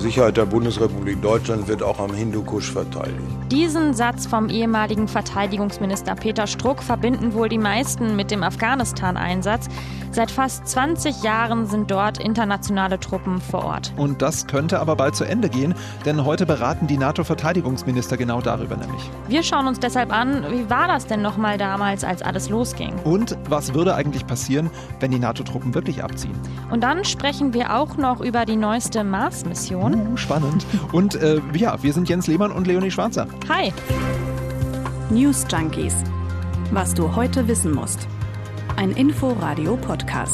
Sicherheit der Bundesrepublik Deutschland wird auch am Hindukusch verteidigt. Diesen Satz vom ehemaligen Verteidigungsminister Peter Struck verbinden wohl die meisten mit dem Afghanistan-Einsatz. Seit fast 20 Jahren sind dort internationale Truppen vor Ort. Und das könnte aber bald zu Ende gehen, denn heute beraten die NATO-Verteidigungsminister genau darüber nämlich. Wir schauen uns deshalb an, wie war das denn nochmal damals, als alles losging? Und was würde eigentlich passieren, wenn die NATO-Truppen wirklich abziehen? Und dann sprechen wir auch noch über die neueste Mars-Mission. Spannend. Und wir sind Jens Lehmann und Leonie Schwarzer. Hi. News Junkies. Was du heute wissen musst. Ein Info-Radio-Podcast.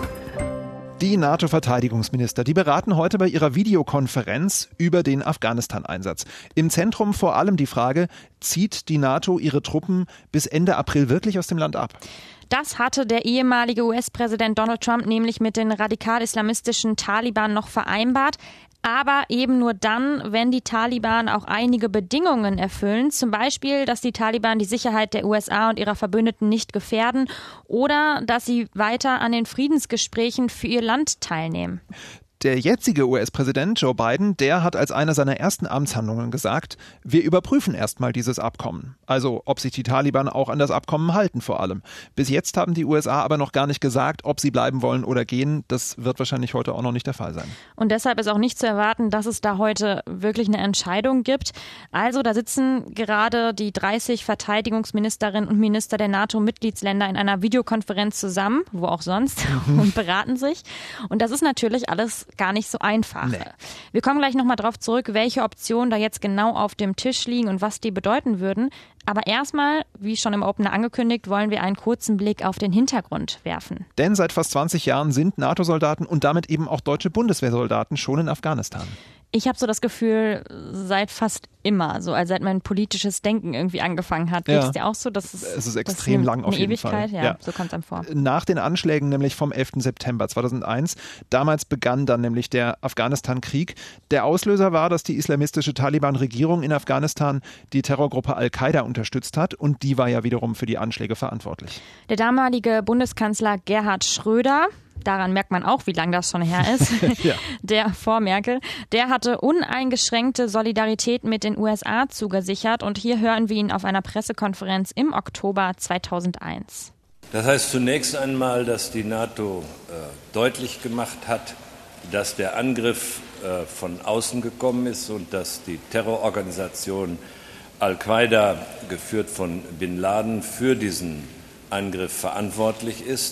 Die NATO-Verteidigungsminister, die beraten heute bei ihrer Videokonferenz über den Afghanistan-Einsatz. Im Zentrum vor allem die Frage, zieht die NATO ihre Truppen bis Ende April wirklich aus dem Land ab? Das hatte der ehemalige US-Präsident Donald Trump nämlich mit den radikal-islamistischen Taliban noch vereinbart. Aber eben nur dann, wenn die Taliban auch einige Bedingungen erfüllen. Zum Beispiel, dass die Taliban die Sicherheit der USA und ihrer Verbündeten nicht gefährden oder dass sie weiter an den Friedensgesprächen für ihr Land teilnehmen. Der jetzige US-Präsident Joe Biden, der hat als eine seiner ersten Amtshandlungen gesagt, wir überprüfen erstmal dieses Abkommen. Also ob sich die Taliban auch an das Abkommen halten vor allem. Bis jetzt haben die USA aber noch gar nicht gesagt, ob sie bleiben wollen oder gehen. Das wird wahrscheinlich heute auch noch nicht der Fall sein. Und deshalb ist auch nicht zu erwarten, dass es da heute wirklich eine Entscheidung gibt. Also da sitzen gerade die 30 Verteidigungsministerinnen und Minister der NATO-Mitgliedsländer in einer Videokonferenz zusammen, wo auch sonst, und beraten sich. Und das ist natürlich alles gar nicht so einfach. Nee. Wir kommen gleich nochmal drauf zurück, welche Optionen da jetzt genau auf dem Tisch liegen und was die bedeuten würden. Aber erstmal, wie schon im Opener angekündigt, wollen wir einen kurzen Blick auf den Hintergrund werfen. Denn seit fast 20 Jahren sind NATO-Soldaten und damit eben auch deutsche Bundeswehrsoldaten schon in Afghanistan. Ich habe so das Gefühl, seit fast immer, so als seit mein politisches Denken irgendwie angefangen hat. Geht es dir auch so? Es ist extrem lang auf jeden Ewigkeit? Fall. Ja, so kommt es einem vor. Nach den Anschlägen nämlich vom 11. September 2001, damals begann dann nämlich der Afghanistan-Krieg. Der Auslöser war, dass die islamistische Taliban-Regierung in Afghanistan die Terrorgruppe Al-Qaida unterstützt hat und die war ja wiederum für die Anschläge verantwortlich. Der damalige Bundeskanzler Gerhard Schröder, daran merkt man auch, wie lange das schon her ist, ja. Der vor Merkel, der hatte uneingeschränkte Solidarität mit den USA zugesichert und hier hören wir ihn auf einer Pressekonferenz im Oktober 2001. Das heißt zunächst einmal, dass die NATO deutlich gemacht hat, dass der Angriff von außen gekommen ist und dass die Terrororganisation Al-Qaida, geführt von Bin Laden, für diesen Angriff verantwortlich ist.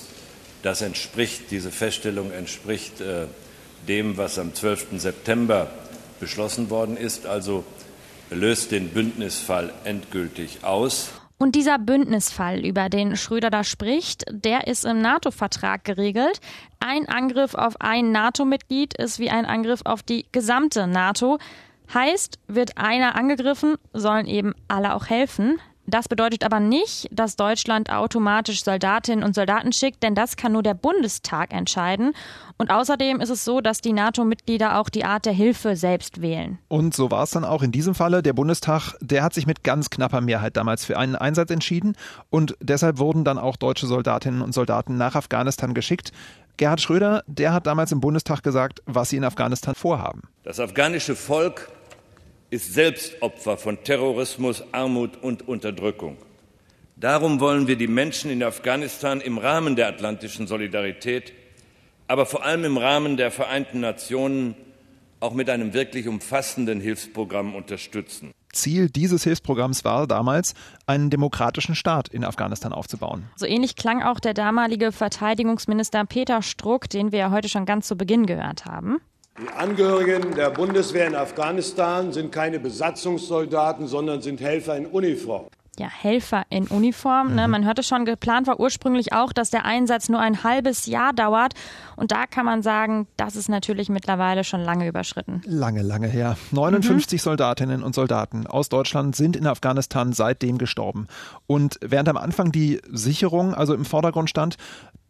Diese Feststellung entspricht dem, was am 12. September beschlossen worden ist, also löst den Bündnisfall endgültig aus. Und dieser Bündnisfall, über den Schröder da spricht, der ist im NATO-Vertrag geregelt. Ein Angriff auf ein NATO-Mitglied ist wie ein Angriff auf die gesamte NATO. Heißt, wird einer angegriffen, sollen eben alle auch helfen. Das bedeutet aber nicht, dass Deutschland automatisch Soldatinnen und Soldaten schickt, denn das kann nur der Bundestag entscheiden. Und außerdem ist es so, dass die NATO-Mitglieder auch die Art der Hilfe selbst wählen. Und so war es dann auch in diesem Falle. Der Bundestag, der hat sich mit ganz knapper Mehrheit damals für einen Einsatz entschieden. Und deshalb wurden dann auch deutsche Soldatinnen und Soldaten nach Afghanistan geschickt. Gerhard Schröder, der hat damals im Bundestag gesagt, was sie in Afghanistan vorhaben. Das afghanische Volk ist selbst Opfer von Terrorismus, Armut und Unterdrückung. Darum wollen wir die Menschen in Afghanistan im Rahmen der atlantischen Solidarität, aber vor allem im Rahmen der Vereinten Nationen auch mit einem wirklich umfassenden Hilfsprogramm unterstützen. Ziel dieses Hilfsprogramms war damals, einen demokratischen Staat in Afghanistan aufzubauen. So ähnlich klang auch der damalige Verteidigungsminister Peter Struck, den wir ja heute schon ganz zu Beginn gehört haben. Die Angehörigen der Bundeswehr in Afghanistan sind keine Besatzungssoldaten, sondern sind Helfer in Uniform. Ja, Helfer in Uniform. Ne? Man hörte schon, geplant war ursprünglich auch, dass der Einsatz nur ein halbes Jahr dauert. Und da kann man sagen, das ist natürlich mittlerweile schon lange überschritten. Lange, lange her. 59 Soldatinnen und Soldaten aus Deutschland sind in Afghanistan seitdem gestorben. Und während am Anfang die Sicherung also im Vordergrund stand,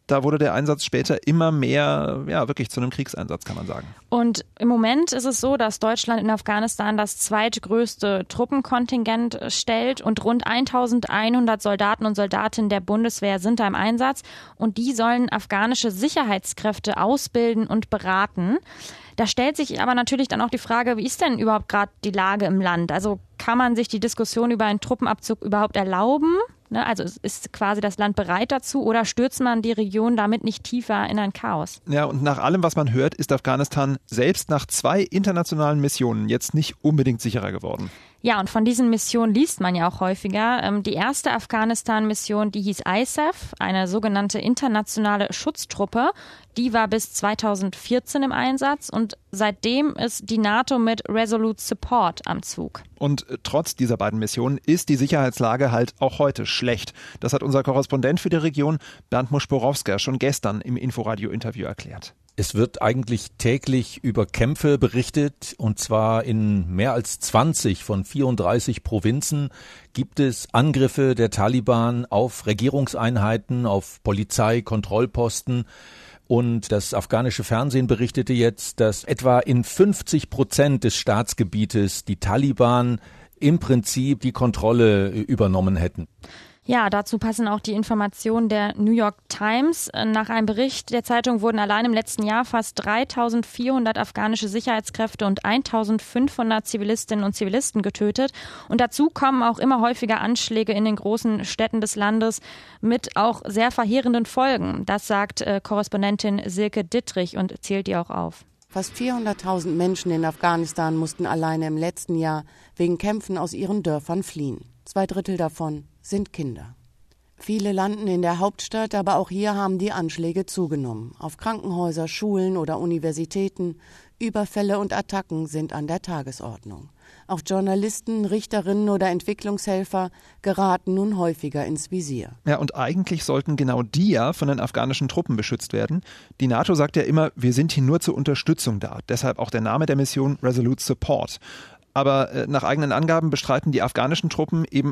Da wurde der Einsatz später immer mehr, wirklich zu einem Kriegseinsatz, kann man sagen. Und im Moment ist es so, dass Deutschland in Afghanistan das zweitgrößte Truppenkontingent stellt und rund 1100 Soldaten und Soldatinnen der Bundeswehr sind da im Einsatz und die sollen afghanische Sicherheitskräfte ausbilden und beraten. Da stellt sich aber natürlich dann auch die Frage, wie ist denn überhaupt gerade die Lage im Land? Also kann man sich die Diskussion über einen Truppenabzug überhaupt erlauben? Also ist quasi das Land bereit dazu oder stürzt man die Region damit nicht tiefer in ein Chaos? Ja, und nach allem, was man hört, ist Afghanistan selbst nach 2 internationalen Missionen jetzt nicht unbedingt sicherer geworden. Ja, und von diesen Missionen liest man ja auch häufiger. Die erste Afghanistan-Mission, die hieß ISAF, eine sogenannte internationale Schutztruppe. Die war bis 2014 im Einsatz und seitdem ist die NATO mit Resolute Support am Zug. Und trotz dieser beiden Missionen ist die Sicherheitslage halt auch heute schlecht. Das hat unser Korrespondent für die Region, Bernd Muschborowska, schon gestern im Inforadio-Interview erklärt. Es wird eigentlich täglich über Kämpfe berichtet und zwar in mehr als 20 von 34 Provinzen gibt es Angriffe der Taliban auf Regierungseinheiten, auf Polizei, Kontrollposten. Und das afghanische Fernsehen berichtete jetzt, dass etwa in 50% des Staatsgebietes die Taliban im Prinzip die Kontrolle übernommen hätten. Ja, dazu passen auch die Informationen der New York Times. Nach einem Bericht der Zeitung wurden allein im letzten Jahr fast 3.400 afghanische Sicherheitskräfte und 1.500 Zivilistinnen und Zivilisten getötet. Und dazu kommen auch immer häufiger Anschläge in den großen Städten des Landes mit auch sehr verheerenden Folgen. Das sagt Korrespondentin Silke Dittrich und zählt die auch auf. Fast 400.000 Menschen in Afghanistan mussten alleine im letzten Jahr wegen Kämpfen aus ihren Dörfern fliehen. 2/3 davon sind Kinder. Viele landen in der Hauptstadt, aber auch hier haben die Anschläge zugenommen. Auf Krankenhäuser, Schulen oder Universitäten, Überfälle und Attacken sind an der Tagesordnung. Auch Journalisten, Richterinnen oder Entwicklungshelfer geraten nun häufiger ins Visier. Ja, und eigentlich sollten genau die ja von den afghanischen Truppen beschützt werden. Die NATO sagt ja immer, wir sind hier nur zur Unterstützung da. Deshalb auch der Name der Mission Resolute Support. Aber nach eigenen Angaben bestreiten die afghanischen Truppen eben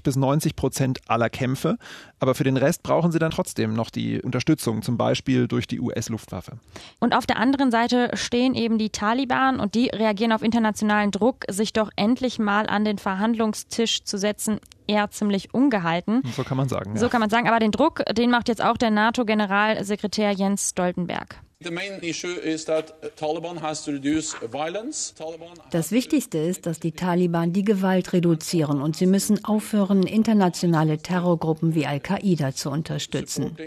80-90% aller Kämpfe. Aber für den Rest brauchen sie dann trotzdem noch die Unterstützung, zum Beispiel durch die US-Luftwaffe. Und auf der anderen Seite stehen eben die Taliban und die reagieren auf internationalen Druck, sich doch endlich mal an den Verhandlungstisch zu setzen, eher ziemlich ungehalten. So kann man sagen. So kann man sagen, aber den Druck, den macht jetzt auch der NATO-Generalsekretär Jens Stoltenberg. Das Wichtigste ist, dass die Taliban die Gewalt reduzieren und sie müssen aufhören, internationale Terrorgruppen wie Al-Qaida zu unterstützen.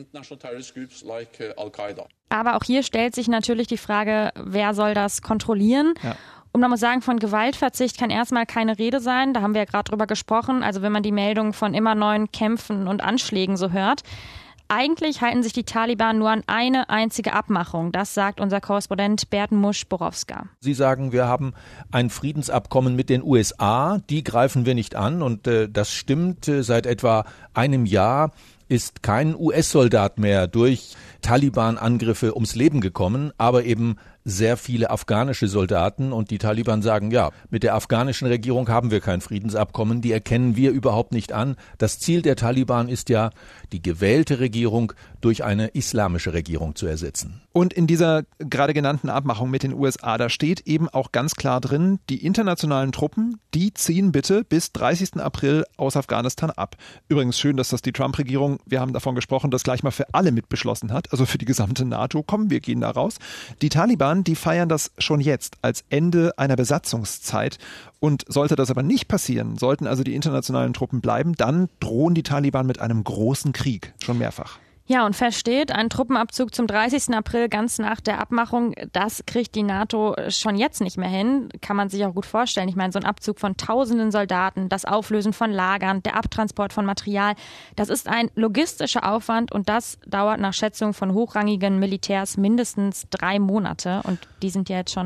Aber auch hier stellt sich natürlich die Frage, wer soll das kontrollieren? Ja. Und man muss sagen, von Gewaltverzicht kann erstmal keine Rede sein. Da haben wir ja gerade drüber gesprochen. Also wenn man die Meldungen von immer neuen Kämpfen und Anschlägen so hört. Eigentlich halten sich die Taliban nur an eine einzige Abmachung. Das sagt unser Korrespondent Bernd Muschborowska. Sie sagen, wir haben ein Friedensabkommen mit den USA. Die greifen wir nicht an. Und das stimmt. Seit etwa einem Jahr ist kein US-Soldat mehr durch Taliban-Angriffe ums Leben gekommen, aber eben sehr viele afghanische Soldaten. Und die Taliban sagen, ja, mit der afghanischen Regierung haben wir kein Friedensabkommen, die erkennen wir überhaupt nicht an. Das Ziel der Taliban ist ja, die gewählte Regierung durch eine islamische Regierung zu ersetzen. Und in dieser gerade genannten Abmachung mit den USA, da steht eben auch ganz klar drin, die internationalen Truppen, die ziehen bitte bis 30. April aus Afghanistan ab. Übrigens schön, dass das die Trump-Regierung, wir haben davon gesprochen, das gleich mal für alle mit beschlossen hat, also für die gesamte NATO. Komm, wir gehen da raus. Die Taliban, die feiern das schon jetzt als Ende einer Besatzungszeit. Und sollte das aber nicht passieren, sollten also die internationalen Truppen bleiben, dann drohen die Taliban mit einem großen Krieg, schon mehrfach. Ja, und fest steht, ein Truppenabzug zum 30. April ganz nach der Abmachung, das kriegt die NATO schon jetzt nicht mehr hin. Kann man sich auch gut vorstellen. Ich meine, so ein Abzug von tausenden Soldaten, das Auflösen von Lagern, der Abtransport von Material, das ist ein logistischer Aufwand und das dauert nach Schätzung von hochrangigen Militärs mindestens 3 Monate und die sind ja jetzt schon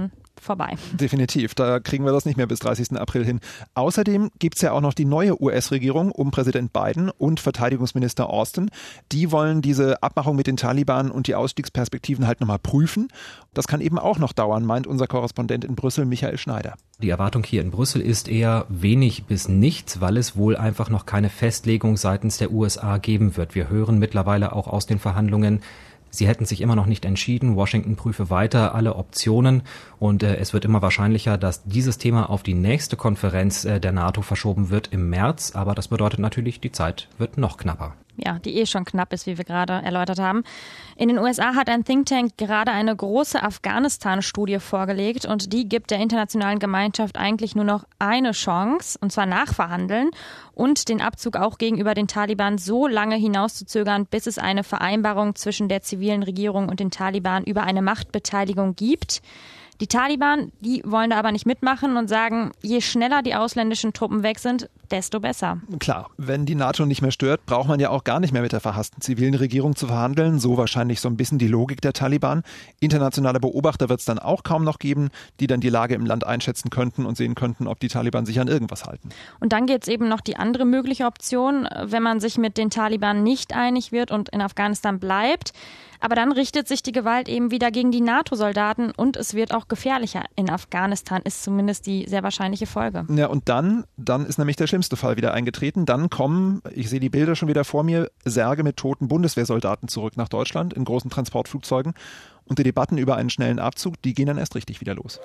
vorbei. Definitiv, da kriegen wir das nicht mehr bis 30. April hin. Außerdem gibt es ja auch noch die neue US-Regierung um Präsident Biden und Verteidigungsminister Austin. Die wollen diese Abmachung mit den Taliban und die Ausstiegsperspektiven halt nochmal prüfen. Das kann eben auch noch dauern, meint unser Korrespondent in Brüssel, Michael Schneider. Die Erwartung hier in Brüssel ist eher wenig bis nichts, weil es wohl einfach noch keine Festlegung seitens der USA geben wird. Wir hören mittlerweile auch aus den Verhandlungen, sie hätten sich immer noch nicht entschieden. Washington prüfe weiter alle Optionen und es wird immer wahrscheinlicher, dass dieses Thema auf die nächste Konferenz der NATO verschoben wird im März. Aber das bedeutet natürlich, die Zeit wird noch knapper. Ja, die schon knapp ist, wie wir gerade erläutert haben. In den USA hat ein Think Tank gerade eine große Afghanistan-Studie vorgelegt und die gibt der internationalen Gemeinschaft eigentlich nur noch eine Chance, und zwar nachverhandeln und den Abzug auch gegenüber den Taliban so lange hinauszuzögern, bis es eine Vereinbarung zwischen der zivilen Regierung und den Taliban über eine Machtbeteiligung gibt. Die Taliban, die wollen da aber nicht mitmachen und sagen, je schneller die ausländischen Truppen weg sind, desto besser. Klar, wenn die NATO nicht mehr stört, braucht man ja auch gar nicht mehr mit der verhassten zivilen Regierung zu verhandeln. So wahrscheinlich so ein bisschen die Logik der Taliban. Internationale Beobachter wird es dann auch kaum noch geben, die dann die Lage im Land einschätzen könnten und sehen könnten, ob die Taliban sich an irgendwas halten. Und dann gibt es eben noch die andere mögliche Option, wenn man sich mit den Taliban nicht einig wird und in Afghanistan bleibt. Aber dann richtet sich die Gewalt eben wieder gegen die NATO-Soldaten und es wird auch gefährlicher in Afghanistan, ist zumindest die sehr wahrscheinliche Folge. Ja, und dann ist nämlich der schlimmste Fall wieder eingetreten. Dann kommen, ich sehe die Bilder schon wieder vor mir, Särge mit toten Bundeswehrsoldaten zurück nach Deutschland in großen Transportflugzeugen. Und die Debatten über einen schnellen Abzug, die gehen dann erst richtig wieder los.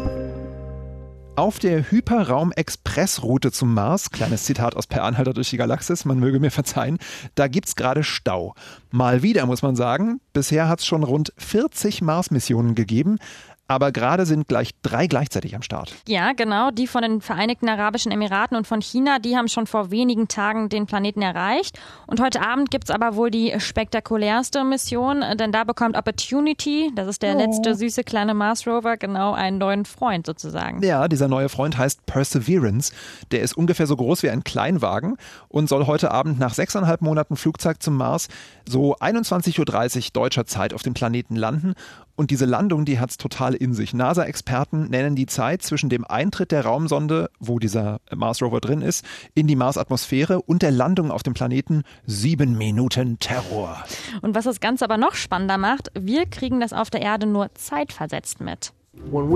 Auf der Hyperraum-Express-Route zum Mars, kleines Zitat aus Per Anhalter durch die Galaxis, man möge mir verzeihen, da gibt's gerade Stau. Mal wieder, muss man sagen. Bisher hat's schon rund 40 Mars-Missionen gegeben. Aber gerade sind gleich 3 gleichzeitig am Start. Ja, genau. Die von den Vereinigten Arabischen Emiraten und von China, die haben schon vor wenigen Tagen den Planeten erreicht. Und heute Abend gibt es aber wohl die spektakulärste Mission, denn da bekommt Opportunity, das ist der letzte süße kleine Mars-Rover, genau einen neuen Freund sozusagen. Ja, dieser neue Freund heißt Perseverance. Der ist ungefähr so groß wie ein Kleinwagen und soll heute Abend nach 6,5 Monaten Flugzeit zum Mars so 21:30 Uhr deutscher Zeit auf dem Planeten landen. Und diese Landung, die hat's total in sich. NASA-Experten nennen die Zeit zwischen dem Eintritt der Raumsonde, wo dieser Mars-Rover drin ist, in die Marsatmosphäre und der Landung auf dem Planeten 7 Minuten Terror. Und was das Ganze aber noch spannender macht, wir kriegen das auf der Erde nur zeitversetzt mit. Wenn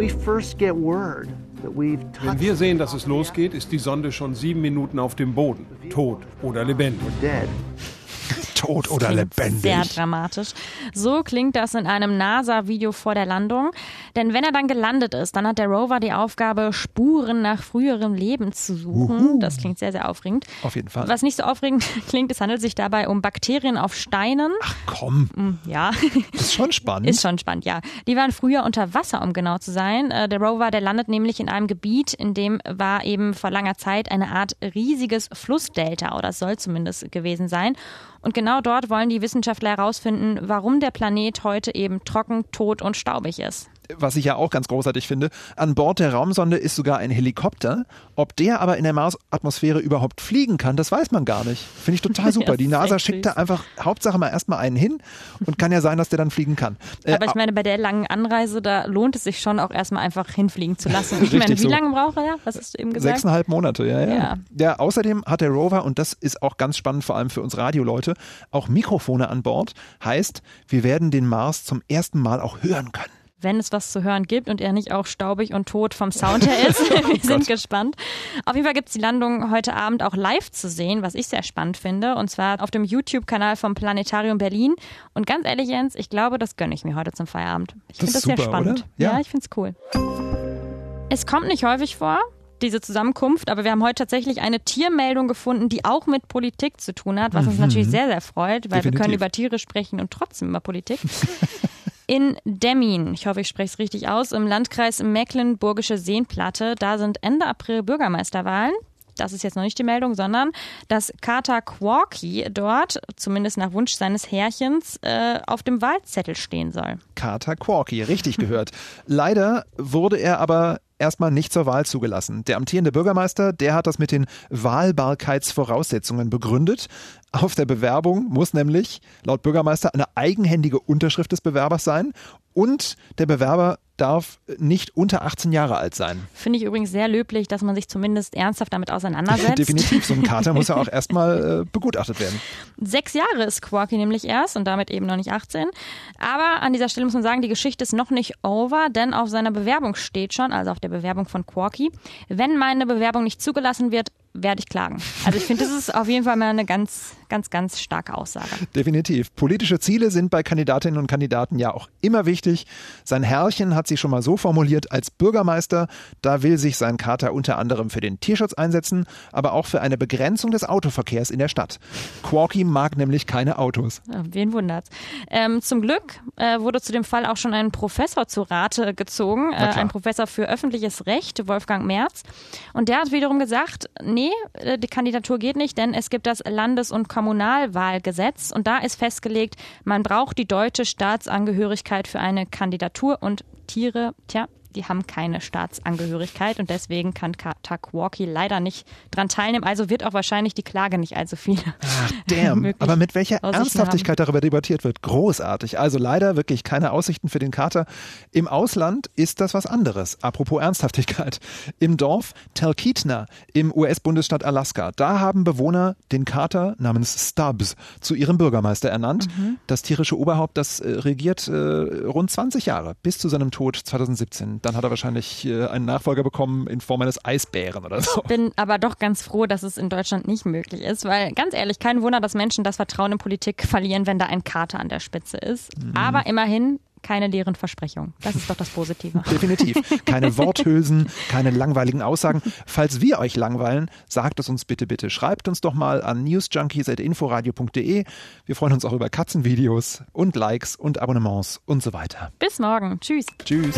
wir sehen, dass es losgeht, ist die Sonde schon 7 Minuten auf dem Boden, tot oder lebendig. Tot oder lebendig. Sehr dramatisch. So klingt das in einem NASA-Video vor der Landung. Denn wenn er dann gelandet ist, dann hat der Rover die Aufgabe, Spuren nach früherem Leben zu suchen. Das klingt sehr, sehr aufregend. Auf jeden Fall. Was nicht so aufregend klingt, es handelt sich dabei um Bakterien auf Steinen. Ach komm. Ja. Ist schon spannend. Ist schon spannend, ja. Die waren früher unter Wasser, um genau zu sein. Der Rover, der landet nämlich in einem Gebiet, in dem war eben vor langer Zeit eine Art riesiges Flussdelta, oder es soll zumindest gewesen sein. Und genau dort wollen die Wissenschaftler herausfinden, warum der Planet heute eben trocken, tot und staubig ist. Was ich ja auch ganz großartig finde, an Bord der Raumsonde ist sogar ein Helikopter. Ob der aber in der Marsatmosphäre überhaupt fliegen kann, das weiß man gar nicht. Finde ich total super. Ja, die NASA schickt da einfach Hauptsache mal erstmal einen hin und kann ja sein, dass der dann fliegen kann. Aber ich meine, bei der langen Anreise, da lohnt es sich schon auch erstmal einfach hinfliegen zu lassen. Ich meine, wie lange braucht er? Was hast du eben gesagt? 6,5 Monate, ja. Ja, außerdem hat der Rover, und das ist auch ganz spannend, vor allem für uns Radioleute, auch Mikrofone an Bord. Heißt, wir werden den Mars zum ersten Mal auch hören können. Wenn es was zu hören gibt und er nicht auch staubig und tot vom Sound her ist. Wir sind gespannt. Auf jeden Fall gibt es die Landung heute Abend auch live zu sehen, was ich sehr spannend finde. Und zwar auf dem YouTube-Kanal vom Planetarium Berlin. Und ganz ehrlich, Jens, ich glaube, das gönne ich mir heute zum Feierabend. Ich finde das super, sehr spannend. Oder? Ja, ich finde es cool. Es kommt nicht häufig vor, diese Zusammenkunft, aber wir haben heute tatsächlich eine Tiermeldung gefunden, die auch mit Politik zu tun hat, was uns natürlich sehr, sehr freut, weil wir können über Tiere sprechen und trotzdem über Politik. In Demmin, ich hoffe, ich spreche es richtig aus, im Landkreis Mecklenburgische Seenplatte, da sind Ende April Bürgermeisterwahlen. Das ist jetzt noch nicht die Meldung, sondern dass Kater Quarky dort, zumindest nach Wunsch seines Herrchens, auf dem Wahlzettel stehen soll. Kater Quarky, richtig gehört. Leider wurde er aber erstmal nicht zur Wahl zugelassen. Der amtierende Bürgermeister, der hat das mit den Wahlbarkeitsvoraussetzungen begründet. Auf der Bewerbung muss nämlich laut Bürgermeister eine eigenhändige Unterschrift des Bewerbers sein und der Bewerber darf nicht unter 18 Jahre alt sein. Finde ich übrigens sehr löblich, dass man sich zumindest ernsthaft damit auseinandersetzt. Definitiv, so ein Kater muss ja auch erstmal begutachtet werden. 6 Jahre ist Quarky nämlich erst und damit eben noch nicht 18. Aber an dieser Stelle muss man sagen, die Geschichte ist noch nicht over, denn auf seiner Bewerbung steht schon, also auf der Bewerbung von Quarky, wenn meine Bewerbung nicht zugelassen wird, werde ich klagen. Also ich finde, das ist auf jeden Fall mal eine ganz starke Aussage. Definitiv. Politische Ziele sind bei Kandidatinnen und Kandidaten ja auch immer wichtig. Sein Herrchen hat sie schon mal so formuliert, als Bürgermeister, da will sich sein Kater unter anderem für den Tierschutz einsetzen, aber auch für eine Begrenzung des Autoverkehrs in der Stadt. Quarky mag nämlich keine Autos. Wen wundert's. Zum Glück wurde zu dem Fall auch schon ein Professor zu Rate gezogen, ein Professor für öffentliches Recht, Wolfgang Merz. Und der hat wiederum gesagt, nee, die Kandidatur geht nicht, denn es gibt das Landes- und Kommunalwahlgesetz und da ist festgelegt, man braucht die deutsche Staatsangehörigkeit für eine Kandidatur und Tiere, die haben keine Staatsangehörigkeit und deswegen kann Kater Quarky leider nicht dran teilnehmen. Also wird auch wahrscheinlich die Klage nicht allzu viel. Ach, damn. Aber mit welcher Ernsthaftigkeit darüber debattiert wird. Großartig. Also leider wirklich keine Aussichten für den Kater. Im Ausland ist das was anderes. Apropos Ernsthaftigkeit. Im Dorf Talkeetna im US-Bundesstaat Alaska, da haben Bewohner den Kater namens Stubbs zu ihrem Bürgermeister ernannt. Das tierische Oberhaupt, das regiert rund 20 Jahre bis zu seinem Tod 2017. Dann hat er wahrscheinlich einen Nachfolger bekommen in Form eines Eisbären oder so. Ich bin aber doch ganz froh, dass es in Deutschland nicht möglich ist, weil ganz ehrlich, kein Wunder, dass Menschen das Vertrauen in Politik verlieren, wenn da ein Kater an der Spitze ist. Aber immerhin keine leeren Versprechungen. Das ist doch das Positive. Definitiv. Keine Worthülsen, keine langweiligen Aussagen. Falls wir euch langweilen, sagt es uns bitte. Schreibt uns doch mal an newsjunkies@inforadio.de. Wir freuen uns auch über Katzenvideos und Likes und Abonnements und so weiter. Bis morgen. Tschüss. Tschüss.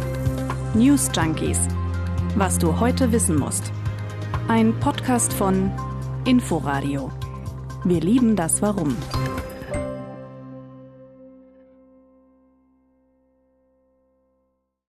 News Junkies. Was du heute wissen musst. Ein Podcast von Inforadio. Wir lieben das Warum.